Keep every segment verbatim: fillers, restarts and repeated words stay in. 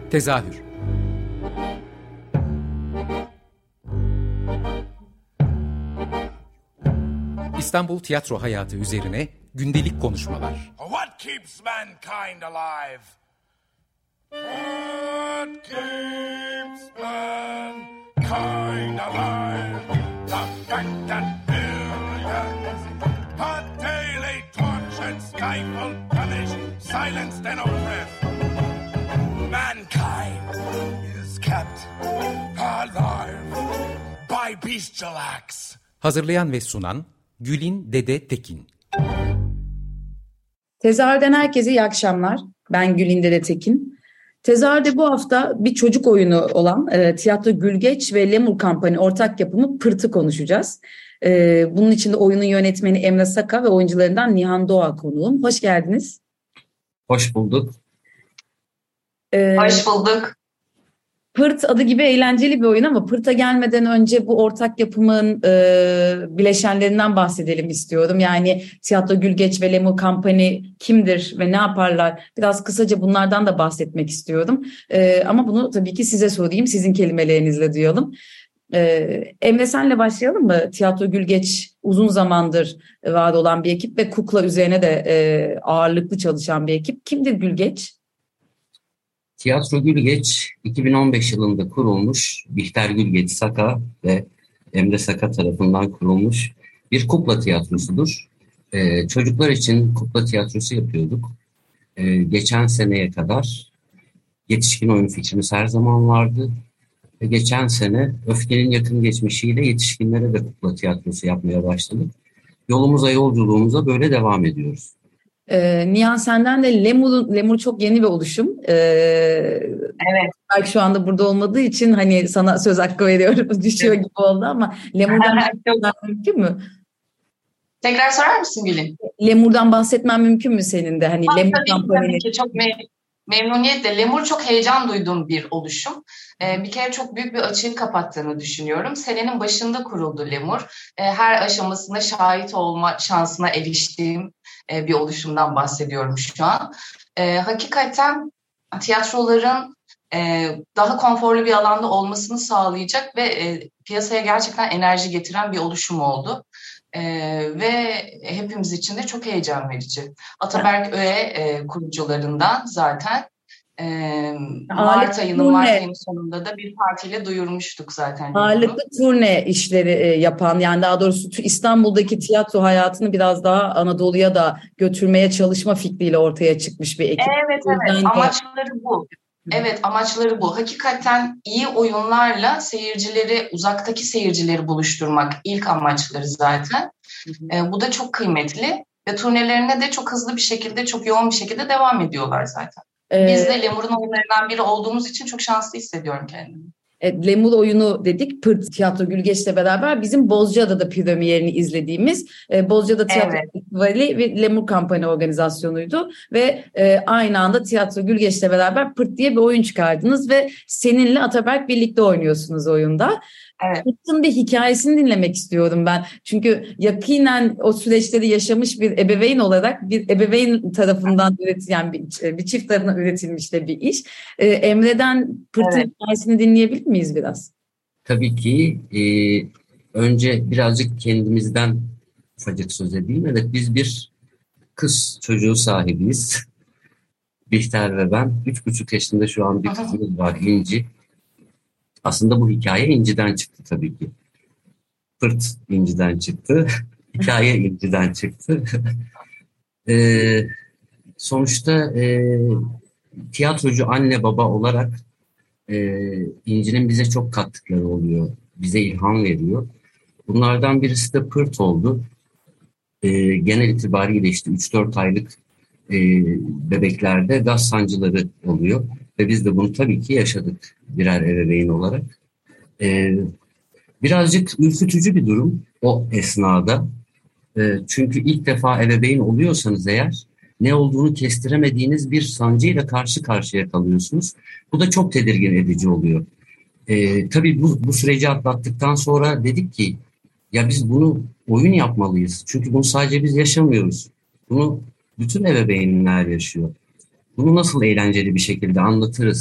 Tezahür. İstanbul tiyatro hayatı üzerine gündelik konuşmalar. What keeps mankind alive? What keeps mankind alive? The fact that billions are daily tortured, stifled, punished, silenced and oppressed. Mankind is kept alive by bestial acts. Hazırlayan ve sunan Gülin Dede Tekin. Tezahürden herkese iyi akşamlar. Ben Gülin Dede Tekin. Tezahürde bu hafta bir çocuk oyunu olan e, Tiyatro Gülgeç ve Lemur Company ortak yapımı Pırt'ı konuşacağız. E, bunun için de oyunun yönetmeni Emre Saka ve oyuncularından Nihan Doğa konuğum. Hoş geldiniz. Hoş bulduk. E, Hoş bulduk. Pırt adı gibi eğlenceli bir oyun ama Pırt'a gelmeden önce bu ortak yapımın e, bileşenlerinden bahsedelim istiyorum. Yani Tiyatro Gülgeç ve Lemur Company kimdir ve ne yaparlar? Biraz kısaca bunlardan da bahsetmek istiyorum. E, ama bunu tabii ki size sorayım, sizin kelimelerinizle duyalım. E, Emre, senle başlayalım mı? Tiyatro Gülgeç uzun zamandır var olan bir ekip ve kukla üzerine de e, ağırlıklı çalışan bir ekip. Kimdir Gülgeç? Tiyatro Gülgeç iki bin on beş yılında kurulmuş, Bihter Gülgeç Saka ve Emre Saka tarafından kurulmuş bir kukla tiyatrosudur. Ee, çocuklar için kukla tiyatrosu yapıyorduk. Ee, geçen seneye kadar yetişkin oyun fikrimiz her zaman vardı. Ve geçen sene Öfkenin yakın geçmişiyle yetişkinlere de kukla tiyatrosu yapmaya başladık. Yolumuza, yolculuğumuza böyle devam ediyoruz. Ee, Nihan, senden de Lemur, Lemur çok yeni bir oluşum. Ee, Evet. Belki şu anda burada olmadığı için hani sana söz hakkı veriyorum. Düşüyor gibi oldu ama Lemur'dan bahsetmen mümkün mü? Tekrar sorar mısın Gül'ün? Lemur'dan bahsetmen mümkün mü senin de? Hani Ha, Lemur tabii, Company'nin... tabii ki çok me- memnuniyetle. Lemur çok heyecan duyduğum bir oluşum. Ee, bir kere çok büyük bir açığı kapattığını düşünüyorum. Senenin başında kuruldu Lemur. Ee, her aşamasında şahit olma şansına eriştiğim e, bir oluşumdan bahsediyorum şu an. Ee, hakikaten tiyatroların e, daha konforlu bir alanda olmasını sağlayacak ve e, piyasaya gerçekten enerji getiren bir oluşum oldu. Ee, ve hepimiz için de çok heyecan verici. Ataberk Öğe e, kurucularından zaten e, Mart ayının Mart ayının sonunda da bir partiyle duyurmuştuk zaten. Ağırlıklı turne işleri e, yapan, yani daha doğrusu İstanbul'daki tiyatro hayatını biraz daha Anadolu'ya da götürmeye çalışma fikriyle ortaya çıkmış bir ekip. Evet, evet. Amaçları bu. Evet, amaçları bu. Hakikaten iyi oyunlarla seyircileri, uzaktaki seyircileri buluşturmak ilk amaçları zaten. E, bu da çok kıymetli ve turnelerine de çok hızlı bir şekilde, çok yoğun bir şekilde devam ediyorlar zaten. Ee, Biz de Lemur'un oyunlarından biri olduğumuz için çok şanslı hissediyorum kendimi. E, Lemur oyunu dedik, Pırt Tiyatro Gülgeç'le beraber bizim Bozcaada'da premierini izlediğimiz e, Bozcaada Tiyatro evet. Festivali ve Lemur Company organizasyonuydu ve e, aynı anda Tiyatro Gülgeç'le beraber Pırt diye bir oyun çıkardınız ve seninle Ataberk birlikte oynuyorsunuz oyunda. Evet. Pırt'ın bir hikayesini dinlemek istiyorum ben. Çünkü yakinen o süreçleri yaşamış bir ebeveyn olarak bir ebeveyn tarafından üretilen bir, bir çift tarafından üretilmiş de bir iş. Ee, Emre'den Pırt'ın evet. hikayesini dinleyebilir miyiz biraz? Tabii ki. E, önce birazcık kendimizden ufacık söz edeyim. Evet, biz bir kız çocuğu sahibiyiz. Bihter ve ben. Üç buçuk yaşında şu an bir kızımız var, İnci. Aslında bu hikaye İnci'den çıktı tabii ki. Pırt İnci'den çıktı. Hikaye İnci'den çıktı. ee, sonuçta e, tiyatrocu anne baba olarak e, İnci'nin bize çok kattıkları oluyor. Bize ilham veriyor. Bunlardan birisi de Pırt oldu. E, genel itibariyle işte üç dört aylık e, bebeklerde gaz sancıları oluyor. Ve biz de bunu tabii ki yaşadık birer ebeveyn olarak. Ee, birazcık ürkütücü bir durum o esnada. Ee, çünkü ilk defa ebeveyn oluyorsanız eğer ne olduğunu kestiremediğiniz bir sancıyla karşı karşıya kalıyorsunuz. Bu da çok tedirgin edici oluyor. Ee, tabii bu, bu süreci atlattıktan sonra dedik ki ya biz bunu oyun yapmalıyız. Çünkü bunu sadece biz yaşamıyoruz. Bunu bütün ebeveynler yaşıyor. Bunu nasıl eğlenceli bir şekilde anlatırız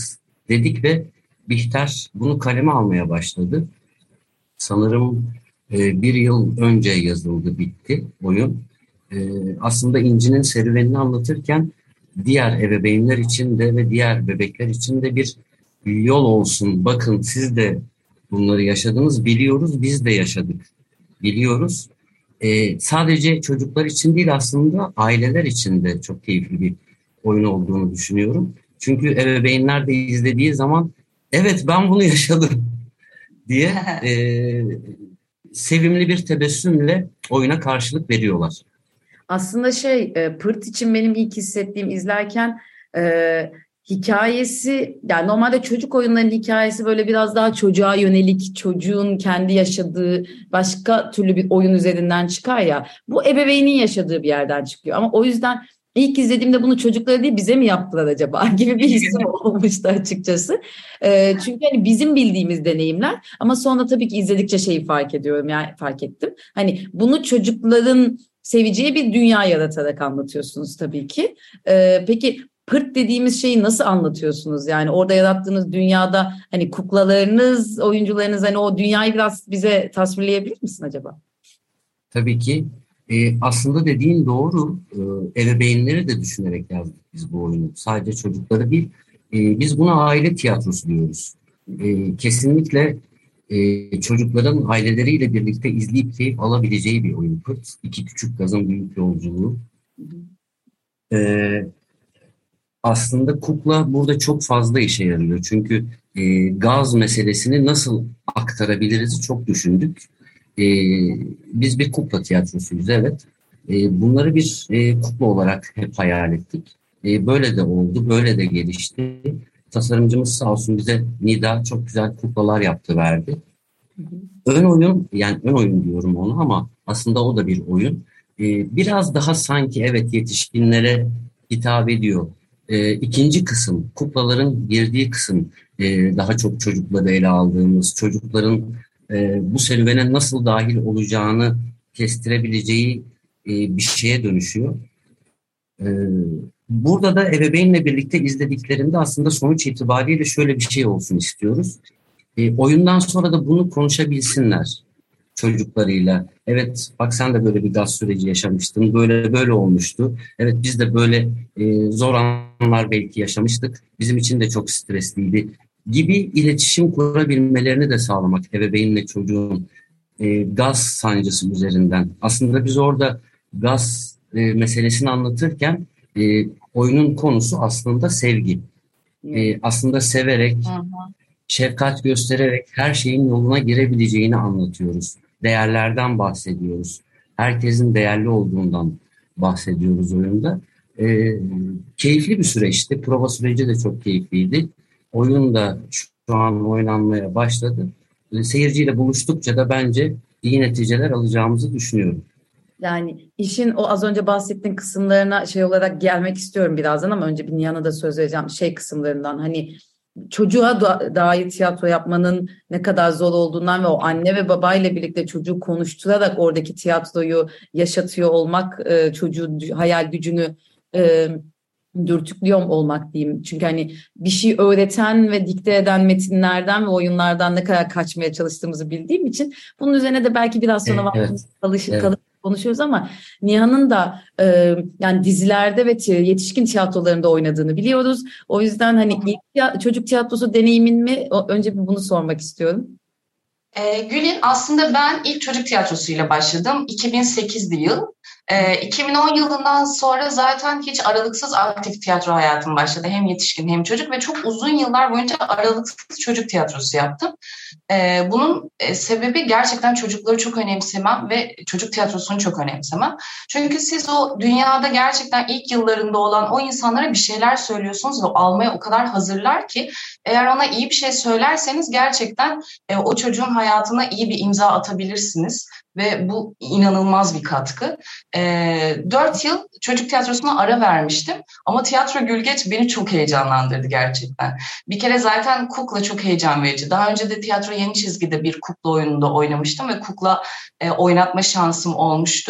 dedik ve Bihter bunu kaleme almaya başladı. Sanırım e, bir yıl önce yazıldı, bitti oyun. E, aslında İnci'nin serüvenini anlatırken diğer ebeveynler için de ve diğer bebekler için de bir yol olsun. Bakın siz de bunları yaşadınız, biliyoruz, biz de yaşadık, biliyoruz. E, sadece çocuklar için değil, aslında aileler için de çok keyifli bir oyun olduğunu düşünüyorum. Çünkü ebeveynler de izlediği zaman evet ben bunu yaşadım diye e, sevimli bir tebessümle oyuna karşılık veriyorlar. Aslında şey e, Pırt için benim ilk hissettiğim izlerken e, hikayesi, yani normalde çocuk oyunlarının hikayesi böyle biraz daha çocuğa yönelik, çocuğun kendi yaşadığı başka türlü bir oyun üzerinden çıkar ya. Bu ebeveynin yaşadığı bir yerden çıkıyor ama o yüzden ilk izlediğimde bunu çocuklara değil bize mi yaptılar acaba gibi bir hissim olmuştu açıkçası. E, çünkü hani bizim bildiğimiz deneyimler ama sonra tabii ki izledikçe şeyi fark ediyorum, yani fark ettim. Hani bunu çocukların seveceği bir dünya yaratarak anlatıyorsunuz tabii ki. E, peki Pırt dediğimiz şeyi nasıl anlatıyorsunuz? Yani orada yarattığınız dünyada hani kuklalarınız, oyuncularınız, hani o dünyayı biraz bize tasvirleyebilir misin acaba? Tabii ki. E, aslında dediğin doğru. E, ebeveynleri de düşünerek yazdık biz bu oyunu. Sadece çocukları değil. E, biz buna aile tiyatrosu diyoruz. E, kesinlikle e, çocukların aileleriyle birlikte izleyip keyif alabileceği bir oyun Pırt. İki küçük gazın büyük yolculuğu. E, aslında kukla burada çok fazla işe yarıyor. Çünkü e, gaz meselesini nasıl aktarabiliriz çok düşündük. E, biz bir kukla tiyatrosuyuz, evet. E, bunları bir e, kukla olarak hep hayal ettik. E, böyle de oldu, böyle de gelişti. Tasarımcımız sağ olsun bize Nida çok güzel kuklalar yaptı, verdi. Hı hı. Ön oyun, yani ön oyun diyorum onu ama aslında o da bir oyun. E, biraz daha sanki evet yetişkinlere hitap ediyor. E, ikinci kısım, kuklaların girdiği kısım, e, daha çok çocukları ele aldığımız, çocukların e, bu serüvene nasıl dahil olacağını kestirebileceği e, bir şeye dönüşüyor. E, burada da ebeveynle birlikte izlediklerinde aslında sonuç itibariyle şöyle bir şey olsun istiyoruz. E, oyundan sonra da bunu konuşabilsinler çocuklarıyla. Evet bak sen de böyle bir gaz süreci yaşamıştın, böyle böyle olmuştu. Evet biz de böyle e, zor anlar belki yaşamıştık. Bizim için de çok stresliydi gibi iletişim kurabilmelerini de sağlamak ebeveynle çocuğun e, gaz sancısı üzerinden. Aslında biz orada gaz e, meselesini anlatırken e, oyunun konusu aslında sevgi. E, aslında severek, hı hı. şefkat göstererek her şeyin yoluna girebileceğini anlatıyoruz. Değerlerden bahsediyoruz. Herkesin değerli olduğundan bahsediyoruz oyunda. E, keyifli bir süreçti. Prova süreci de çok keyifliydi. Oyun da şu an oynanmaya başladı. E, seyirciyle buluştukça da bence iyi neticeler alacağımızı düşünüyorum. Yani işin o az önce bahsettiğin kısımlarına şey olarak gelmek istiyorum birazdan ama önce bir Nihan'a da söz vereceğim şey kısımlarından. Hani çocuğa da, dair tiyatro yapmanın ne kadar zor olduğundan ve o anne ve babayla birlikte çocuğu konuşturarak oradaki tiyatroyu yaşatıyor olmak, e, çocuğun hayal gücünü e, dürtüklüyor olmak diyeyim. Çünkü hani bir şey öğreten ve dikte eden metinlerden ve oyunlardan ne kadar kaçmaya çalıştığımızı bildiğim için bunun üzerine de belki biraz sonra evet. çalışıp evet. kalıp konuşuyoruz ama Nihan'ın da e, yani dizilerde ve t- yetişkin tiyatrolarında oynadığını biliyoruz. O yüzden hani ilk çocuk tiyatrosu deneyimin mi? O, önce bir bunu sormak istiyorum. E, Gül'in aslında ben ilk çocuk tiyatrosuyla başladım. iki bin sekizdi yıl. E, iki bin on yılından sonra zaten hiç aralıksız aktif tiyatro hayatım başladı. Hem yetişkin hem çocuk ve çok uzun yıllar boyunca aralıksız çocuk tiyatrosu yaptım. E, bunun e, sebebi gerçekten çocukları çok önemsemem ve çocuk tiyatrosunu çok önemsemem. Çünkü siz o dünyada gerçekten ilk yıllarında olan o insanlara bir şeyler söylüyorsunuz ve almaya o kadar hazırlar ki eğer ona iyi bir şey söylerseniz gerçekten e, o çocuğun hayatına iyi bir imza atabilirsiniz. Ve bu inanılmaz bir katkı. E, dört yıl çocuk tiyatrosuna ara vermiştim. Ama Tiyatro Gülgeç beni çok heyecanlandırdı gerçekten. Bir kere zaten kukla çok heyecan verici. Daha önce de Tiyatro Yeni Çizgi'de bir kukla oyununda oynamıştım ve kukla e, oynatma şansım olmuştu.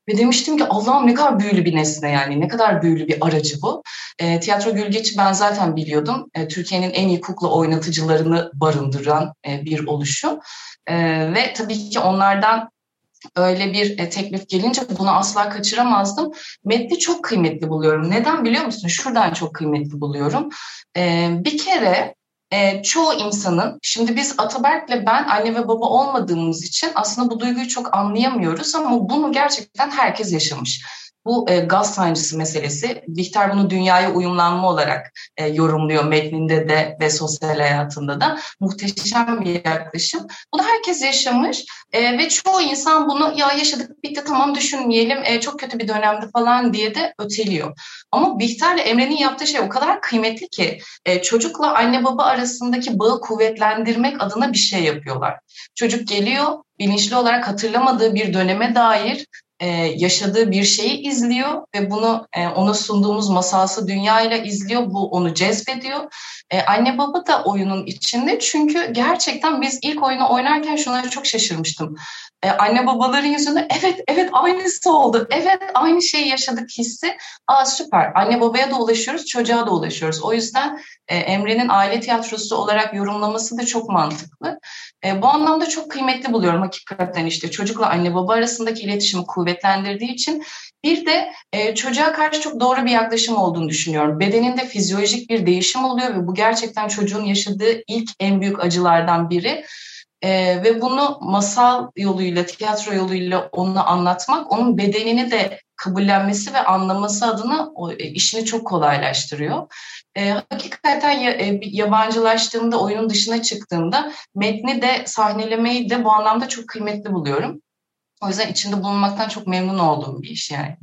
Ve demiştim ki Allah'ım ne kadar büyülü bir nesne, yani ne kadar büyülü bir aracı bu. E, Tiyatro Gülgeç'i ben zaten biliyordum. E, Türkiye'nin en iyi kukla oynatıcılarını barındıran e, bir oluşum. E, ve tabii ki onlardan öyle bir e, teklif gelince bunu asla kaçıramazdım. Metni çok kıymetli buluyorum. Neden biliyor musun? Şuradan çok kıymetli buluyorum. E, bir kere e, çoğu insanın, şimdi biz Ataberk'le ben anne ve baba olmadığımız için aslında bu duyguyu çok anlayamıyoruz ama bunu gerçekten herkes yaşamış. Bu e, gaz sancısı meselesi, Bihter bunu dünyaya uyumlanma olarak e, yorumluyor metninde de ve sosyal hayatında da. Muhteşem bir yaklaşım. Bunu herkes yaşamış e, ve çoğu insan bunu ya yaşadık bitti tamam düşünmeyelim e, çok kötü bir dönemdi falan diye de öteliyor. Ama Bihter'le Emre'nin yaptığı şey o kadar kıymetli ki e, çocukla anne baba arasındaki bağı kuvvetlendirmek adına bir şey yapıyorlar. Çocuk geliyor, bilinçli olarak hatırlamadığı bir döneme dair e, yaşadığı bir şeyi izliyor ve bunu e, ona sunduğumuz masalsı dünyayla izliyor. Bu onu cezbediyor. E, anne baba da oyunun içinde, çünkü gerçekten biz ilk oyunu oynarken şunlara çok şaşırmıştım. E, anne babaların yüzünde evet evet aynısı oldu. Evet aynı şeyi yaşadık hissi. Aa süper. Anne babaya da ulaşıyoruz, çocuğa da ulaşıyoruz. O yüzden e, Emre'nin aile tiyatrosu olarak yorumlaması da çok mantıklı. E, bu anlamda çok kıymetli buluyorum hakikaten, işte çocukla anne baba arasındaki iletişimi kuvvetlendirdiği için. Bir de e, çocuğa karşı çok doğru bir yaklaşım olduğunu düşünüyorum. Bedeninde fizyolojik bir değişim oluyor ve bu gerçekten çocuğun yaşadığı ilk en büyük acılardan biri. Ee, ve bunu masal yoluyla, tiyatro yoluyla ona anlatmak, onun bedenini de kabullenmesi ve anlaması adına o, e, işini çok kolaylaştırıyor. Ee, hakikaten ya, e, yabancılaştığımda, oyunun dışına çıktığımda metni de sahnelemeyi de bu anlamda çok kıymetli buluyorum. O yüzden içinde bulunmaktan çok memnun olduğum bir iş yani.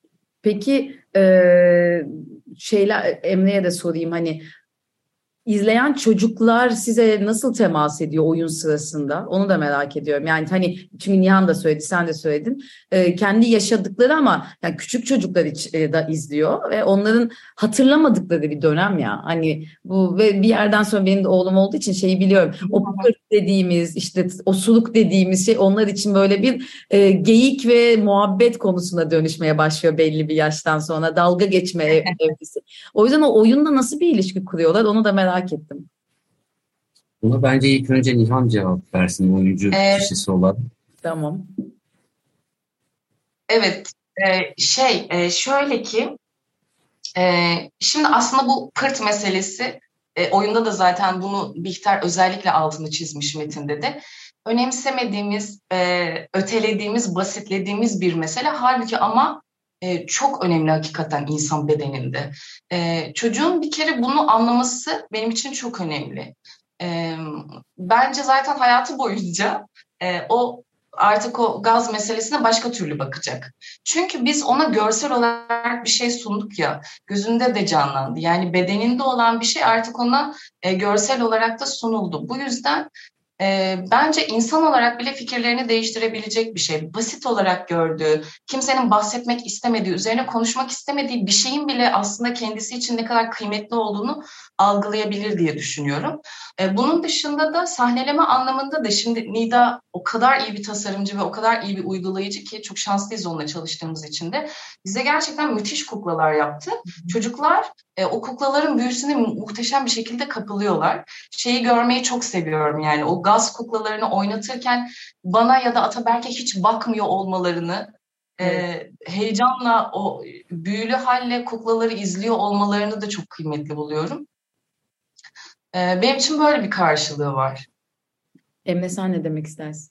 Peki e, şeyler Emre'ye de sorayım, hani İzleyen çocuklar size nasıl temas ediyor oyun sırasında? Onu da merak ediyorum. Yani hani çünkü Nihan da söyledi, sen de söyledin. Ee, kendi yaşadıkları ama yani küçük çocuklar iç, e, da izliyor ve onların hatırlamadıkları bir dönem ya. Hani bu ve bir yerden sonra benim de oğlum olduğu için şeyi biliyorum. O pırt dediğimiz, işte osuluk dediğimiz şey onlar için böyle bir e, geyik ve muhabbet konusuna dönüşmeye başlıyor belli bir yaştan sonra. Dalga geçme evresi. O yüzden o oyunla nasıl bir ilişki kuruyorlar onu da merak ettim. Buna bence ilk önce Nihan cevap versin, oyuncu Ee, kişisi olarak. Tamam. Evet, e, şey e, şöyle ki e, şimdi aslında bu pırt meselesi e, oyunda da zaten bunu Bihter özellikle altını çizmiş metinde de. Önemsemediğimiz, e, ötelediğimiz, basitlediğimiz bir mesele. Halbuki ama e, çok önemli hakikaten insan bedeninde. E, çocuğun bir kere bunu anlaması benim için çok önemli. E, bence zaten hayatı boyunca e, o artık o gaz meselesine başka türlü bakacak. Çünkü biz ona görsel olarak bir şey sunduk ya, gözünde de canlandı. Yani bedeninde olan bir şey artık ona e, görsel olarak da sunuldu. Bu yüzden e, bence insan olarak bile fikirlerini değiştirebilecek bir şey. Basit olarak gördüğü, kimsenin bahsetmek istemediği, üzerine konuşmak istemediği bir şeyin bile aslında kendisi için ne kadar kıymetli olduğunu algılayabilir diye düşünüyorum. E, bunun dışında da sahneleme anlamında da şimdi Nida o kadar iyi bir tasarımcı ve o kadar iyi bir uygulayıcı ki çok şanslıyız onunla çalıştığımız için de. Bize gerçekten müthiş kuklalar yaptı. Çocuklar e, o kuklaların büyüsüne muhteşem bir şekilde kapılıyorlar. Şeyi görmeyi çok seviyorum, yani o gaz kuklalarını oynatırken bana ya da Ataberk'e hiç bakmıyor olmalarını, evet. e, heyecanla o büyülü halle kuklaları izliyor olmalarını da çok kıymetli buluyorum. E, benim için böyle bir karşılığı var. Emre sen ne demek istersin?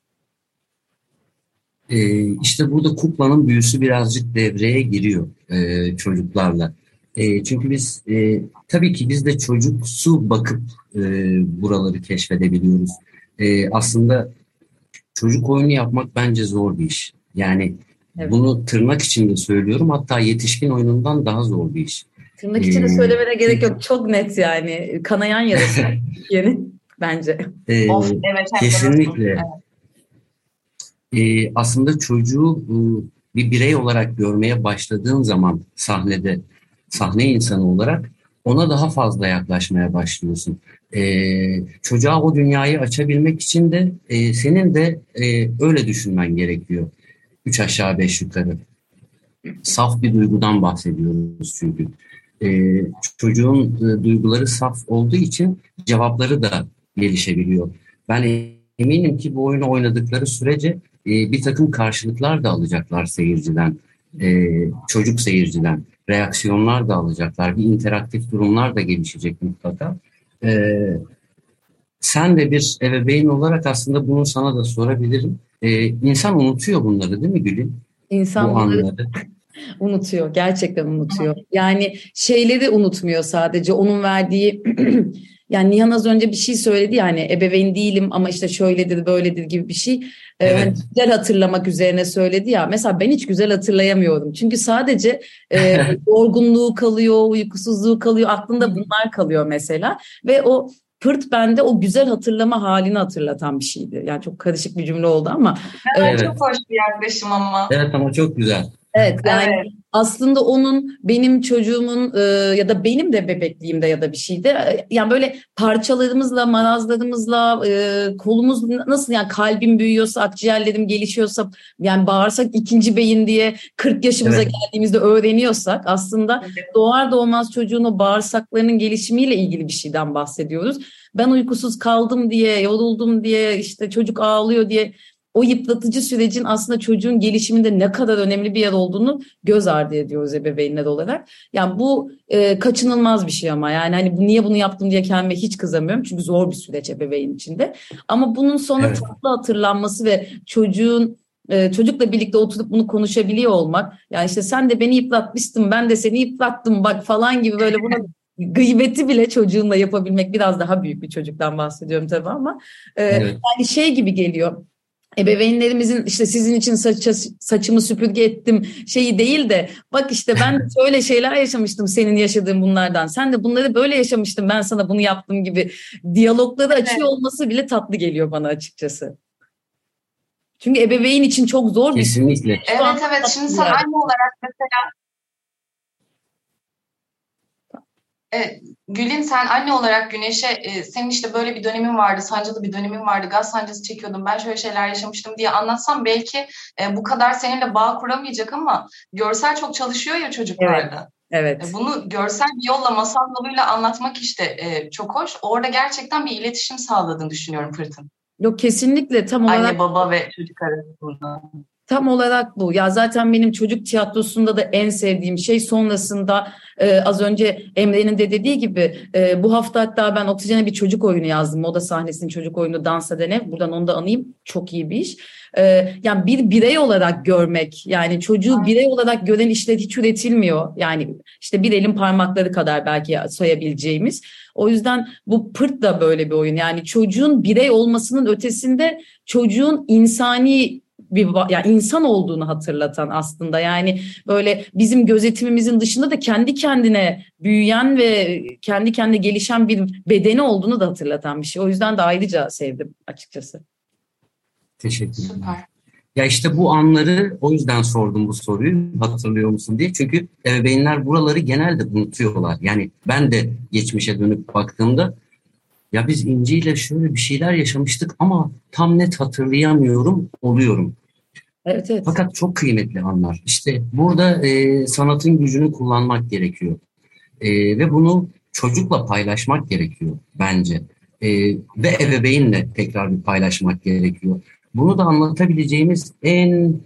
Ee, işte burada kuklanın büyüsü birazcık devreye giriyor e, çocuklarla. E, çünkü biz e, tabii ki biz de çocuksu bakıp e, buraları keşfedebiliyoruz. E, aslında çocuk oyunu yapmak bence zor bir iş. Yani evet. Bunu tırnak içinde söylüyorum. Hatta yetişkin oyunundan daha zor bir iş. Tırnak içinde ee, söylemene gerek yok. Çok net yani. Kanayan yarası yeni bence. E, of, evet, kesinlikle. Evet. Ee, aslında çocuğu bir birey olarak görmeye başladığın zaman sahnede, sahne insanı olarak ona daha fazla yaklaşmaya başlıyorsun. Ee, çocuğa o dünyayı açabilmek için de e, senin de e, öyle düşünmen gerekiyor. Üç aşağı beş yukarı. Saf bir duygudan bahsediyoruz çünkü. Ee, çocuğun e, duyguları saf olduğu için cevapları da gelişebiliyor. Ben eminim ki bu oyunu oynadıkları sürece e, bir takım karşılıklar da alacaklar seyirciden, e, çocuk seyirciden, reaksiyonlar da alacaklar, bir interaktif durumlar da gelişecek mutlaka. E, Sen de bir ebeveyn olarak aslında bunu sana da sorabilirim. E, insan unutuyor bunları değil mi Gül'ün? Bu İnsan bunları anları. unutuyor, gerçekten unutuyor. Yani şeyleri unutmuyor sadece onun verdiği yani Nihan az önce bir şey söyledi ya hani ebeveyn değilim ama işte şöyledir böyledir gibi bir şey. Ee, hani Evet. güzel hatırlamak üzerine söyledi ya. Mesela ben hiç güzel hatırlayamıyorum. Çünkü sadece e, yorgunluğu kalıyor, uykusuzluğu kalıyor, aklında bunlar kalıyor mesela. Ve o pırt bende o güzel hatırlama halini hatırlatan bir şeydi. Yani çok karışık bir cümle oldu ama e, Evet, Evet. çok hoş bir yaklaşım ama. Evet ama çok güzel. evet yani Evet. aslında onun benim çocuğumun e, ya da benim de bebekliğimde ya da bir şeyde e, yani böyle parçalarımızla marazlarımızla e, kolumuz nasıl yani kalbim büyüyorsa akciğerlerim gelişiyorsa yani bağırsak ikinci beyin diye kırk yaşımıza Evet. geldiğimizde öğreniyorsak aslında doğar doğmaz çocuğun o bağırsaklarının gelişimiyle ilgili bir şeyden bahsediyoruz. Ben uykusuz kaldım diye yoruldum diye işte çocuk ağlıyor diye o yıpratıcı sürecin aslında çocuğun gelişiminde ne kadar önemli bir yer olduğunu göz ardı ediyoruz ebeveynler olarak. Yani bu e, kaçınılmaz bir şey ama yani hani bu, niye bunu yaptım diye kendime hiç kızamıyorum. Çünkü zor bir süreç ebeveyn içinde. Ama bunun sonra Evet. tatlı hatırlanması ve çocuğun e, çocukla birlikte oturup bunu konuşabiliyor olmak. Yani işte sen de beni yıpratmıştın, ben de seni yıprattım bak falan gibi böyle buna gıybeti bile çocuğunla yapabilmek biraz daha büyük bir çocuktan bahsediyorum tabii ama e, Evet. yani şey gibi geliyor. Ebeveynlerimizin işte sizin için saç, saçımı süpürge ettim şeyi değil de bak işte ben de şöyle şeyler yaşamıştım senin yaşadığın bunlardan. Sen de bunları böyle yaşamıştın ben sana bunu yaptım gibi diyalogları açıyor olması bile tatlı geliyor bana açıkçası. Çünkü ebeveyn için çok zor bir süreç. Kesinlikle. Şu an Evet, evet. Şimdi tatlı sen yani. anne olarak mesela Evet, Gül'in sen anne olarak Güneş'e e, senin işte böyle bir dönemin vardı, sancılı bir dönemin vardı, gaz sancısı çekiyordum, ben şöyle şeyler yaşamıştım diye anlatsam belki e, bu kadar seninle bağ kuramayacak ama görsel çok çalışıyor ya Evet, çocuklarda. E, evet. bunu görsel bir yolla, masal yoluyla anlatmak işte e, çok hoş. Orada gerçekten bir iletişim sağladığını düşünüyorum Fırtın. Yok kesinlikle tam olarak Anne, baba ve çocuk arasında. Tam olarak bu. Ya zaten benim çocuk tiyatrosunda da en sevdiğim şey sonrasında e, az önce Emre'nin de dediği gibi e, bu hafta hatta ben Oksijen'e bir çocuk oyunu yazdım. Moda sahnesinin çocuk oyunu Dans Eden Ev. Buradan onu da anayım. Çok iyi bir iş. E, yani bir birey olarak görmek yani çocuğu birey olarak gören işler hiç üretilmiyor. Yani işte bir elin parmakları kadar belki sayabileceğimiz. O yüzden bu Pırt da böyle bir oyun. Yani çocuğun birey olmasının ötesinde çocuğun insani bir yani insan olduğunu hatırlatan aslında yani böyle bizim gözetimimizin dışında da kendi kendine büyüyen ve kendi kendine gelişen bir bedeni olduğunu da hatırlatan bir şey. O yüzden de ayrıca sevdim açıkçası. Teşekkürler. Süper. Ya işte bu anları o yüzden sordum bu soruyu hatırlıyor musun diye. Çünkü ebeveynler buraları genelde unutuyorlar. Yani ben de geçmişe dönüp baktığımda ya biz İnci ile şöyle bir şeyler yaşamıştık ama tam net hatırlayamıyorum oluyorum. Evet evet. Fakat çok kıymetli anlar. İşte burada e, sanatın gücünü kullanmak gerekiyor. E, ve bunu çocukla paylaşmak gerekiyor bence. E, ve ebeveynle tekrar bir paylaşmak gerekiyor. Bunu da anlatabileceğimiz en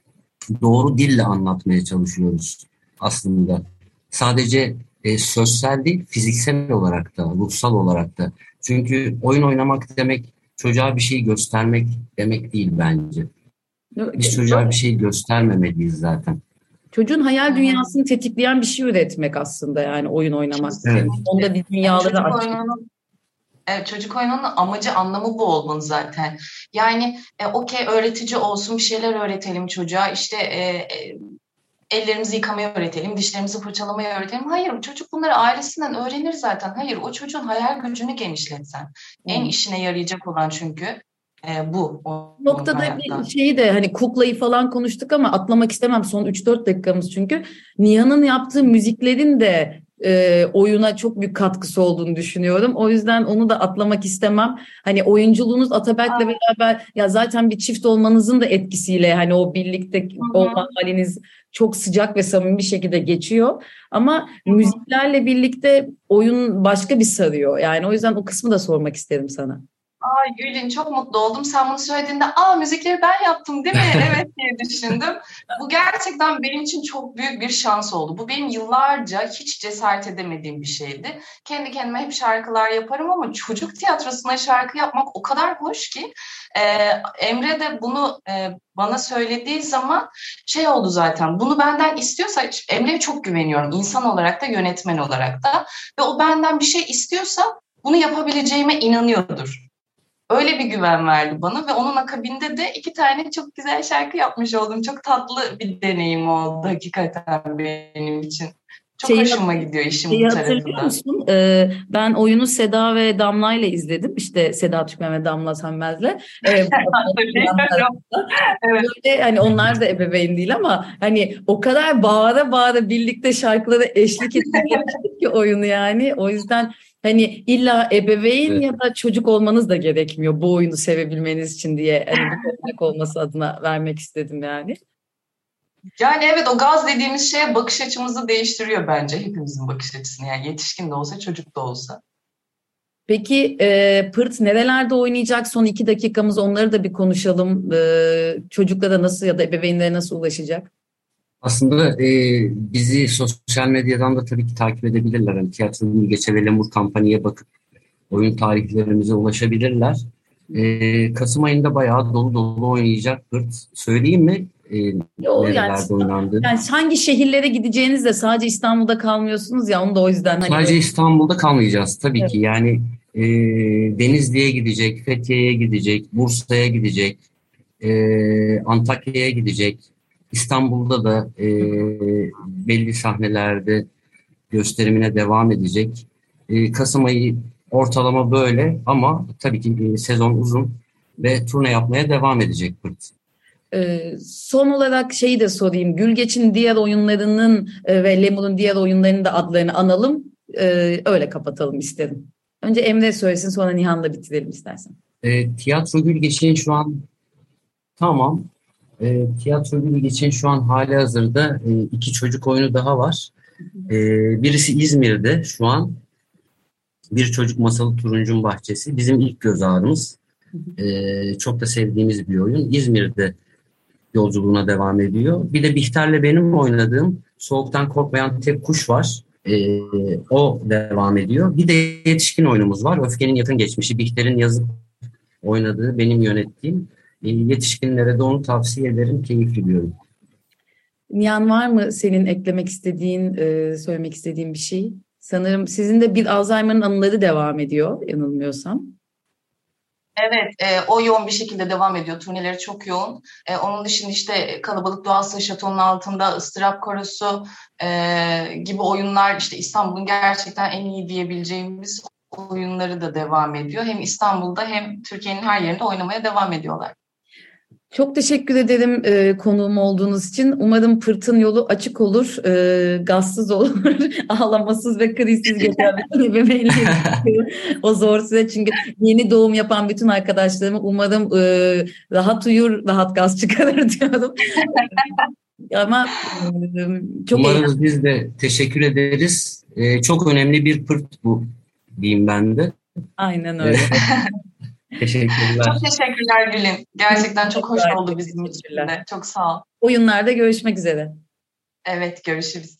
doğru dille anlatmaya çalışıyoruz aslında. Sadece e, sözsel değil, fiziksel olarak da, ruhsal olarak da. Çünkü oyun oynamak demek çocuğa bir şey göstermek demek değil bence. Biz çocuğa bir şey göstermemeliyiz zaten. Çocuğun hayal Hı hı. dünyasını tetikleyen bir şey üretmek aslında yani oyun oynamak. Evet. Onda bir Yani dünyaları çocuk açmak. oyununun Evet, çocuk oyununun amacı, anlamı bu olmalı zaten. Yani e, okey, öğretici olsun, bir şeyler öğretelim çocuğa. İşte e, e, ellerimizi yıkamayı öğretelim, dişlerimizi fırçalamayı öğretelim. Hayır, çocuk bunları ailesinden öğrenir zaten. Hayır, o çocuğun hayal gücünü genişletsen. En Evet. işine yarayacak olan çünkü e, bu onun Noktada hayatta. bir şeyi de hani kuklayı falan konuştuk ama atlamak istemem son üç dört dakikamız çünkü. Nihan'ın yaptığı müziklerin de e, oyuna çok büyük katkısı olduğunu düşünüyorum. O yüzden onu da atlamak istemem. Hani oyunculuğunuz Atabek'le beraber ya zaten bir çift olmanızın da etkisiyle hani o birlikte olma haliniz çok sıcak ve samimi bir şekilde geçiyor. Ama müziklerle birlikte oyun başka bir sarıyor. Yani o yüzden o kısmı da sormak isterim sana. Ay Gülin, çok mutlu oldum. Sen bunu söylediğinde aa müzikleri ben yaptım değil mi? Evet diye düşündüm. Bu gerçekten benim için çok büyük bir şans oldu. Bu benim yıllarca hiç cesaret edemediğim bir şeydi. Kendi kendime hep şarkılar yaparım ama çocuk tiyatrosuna şarkı yapmak o kadar hoş ki. Ee, Emre de bunu e, bana söylediği zaman şey oldu zaten. Bunu benden istiyorsa, Emre'ye çok güveniyorum. İnsan olarak da yönetmen olarak da. Ve o benden bir şey istiyorsa bunu yapabileceğime inanıyordur. Öyle bir güven verdi bana ve onun akabinde de iki tane çok güzel şarkı yapmış oldum. Çok tatlı bir deneyim oldu hakikaten benim için. Çok Şeyi, hoşuma gidiyor işin şeyi bu hatırlıyor tarafı da. musun? Ee, ben oyunu Seda ve Damla ile izledim. İşte Seda Türkmen ve Damla Sönmez'le. Ee, Evet. Böyle, hani onlar da ebeveyn değil ama hani o kadar bağıra bağıra birlikte şarkılara eşlik ettik ki oyunu yani. O yüzden hani illa ebeveyn Evet. ya da çocuk olmanız da gerekmiyor bu oyunu sevebilmeniz için diye hani bir örnek olması adına vermek istedim yani. Yani evet, o gaz dediğimiz şeye bakış açımızı değiştiriyor bence, hepimizin bakış açısını. Yani yetişkin de olsa çocuk da olsa. Peki e, Pırt nerelerde oynayacak? Son iki dakikamız, onları da bir konuşalım. E, çocuklara nasıl ya da ebeveynlere nasıl ulaşacak? Aslında e, bizi sosyal medyadan da tabii ki takip edebilirler. Yani Tiyatro Gülgeç'e ve Lemur Kampanya'ya bakıp oyun tarihlerimize ulaşabilirler. E, Kasım ayında bayağı dolu dolu oynayacak Pırt. Söyleyeyim mi? E, O yani, nerelerde oynandı? yani hangi şehirlere gideceğiniz de sadece İstanbul'da kalmıyorsunuz ya, onu da o yüzden. Hani Sadece İstanbul'da kalmayacağız tabii evet. ki. Yani e, Denizli'ye gidecek, Fethiye'ye gidecek, Bursa'ya gidecek, e, Antakya'ya gidecek. İstanbul'da da e, belli sahnelerde gösterimine devam edecek. E, Kasım ayı ortalama böyle ama tabii ki e, sezon uzun ve turne yapmaya devam edecek Pırt. Ee, son olarak şeyi de sorayım. Gülgeç'in diğer oyunlarının e, ve Lemur'un diğer oyunlarının da adlarını analım. Ee, öyle kapatalım isterim. Önce Emre söylesin, sonra Nihan'la bitirelim istersen. E, Tiyatro Gülgeç'in şu an tamam. E, Tiyatro Gülgeç'in şu an hali hazırda e, iki çocuk oyunu daha var. E, birisi İzmir'de şu an. Bir Çocuk Masalı Turuncun Bahçesi. Bizim ilk göz ağrımız. E, çok da sevdiğimiz bir oyun. İzmir'de yolculuğuna devam ediyor. Bir de Bihter'le benim oynadığım Soğuktan Korkmayan Tek Kuş var. E, o devam ediyor. Bir de yetişkin oyunumuz var. Öfkenin Yakın Geçmişi. Bihter'in yazıp oynadığı, benim yönettiğim. E, yetişkinlere de onu tavsiye ederim. Keyifli bir oyun. Nihan, var mı senin eklemek istediğin, e, söylemek istediğin bir şey? Sanırım sizin de bir Alzheimer'ın anıları devam ediyor, yanılmıyorsam. Evet, e, o yoğun bir şekilde devam ediyor. Turneleri çok yoğun. E, onun dışında işte Kalabalık Doğası, Şatonun Altında, Istırap Korosu e, gibi oyunlar, işte İstanbul'un gerçekten en iyi diyebileceğimiz oyunları da devam ediyor. Hem İstanbul'da hem Türkiye'nin her yerinde oynamaya devam ediyorlar. Çok teşekkür ederim e, konuğum olduğunuz için. Umarım Pırt'ın yolu açık olur, e, gazsız olur, ağlamasız ve krizsiz geçer. O zor süre, çünkü yeni doğum yapan bütün arkadaşlarımı umarım e, rahat uyur, rahat gaz çıkarır diyorum. Ama e, çok Umarız, eğlenceli. biz de teşekkür ederiz. E, çok önemli bir Pırt bu diyeyim ben de. Aynen öyle. Teşekkürler. Çok teşekkürler Gül'ün. Gerçekten çok hoş oldu bizim için de. Çok sağ ol. Oyunlarda görüşmek üzere. Evet, görüşürüz.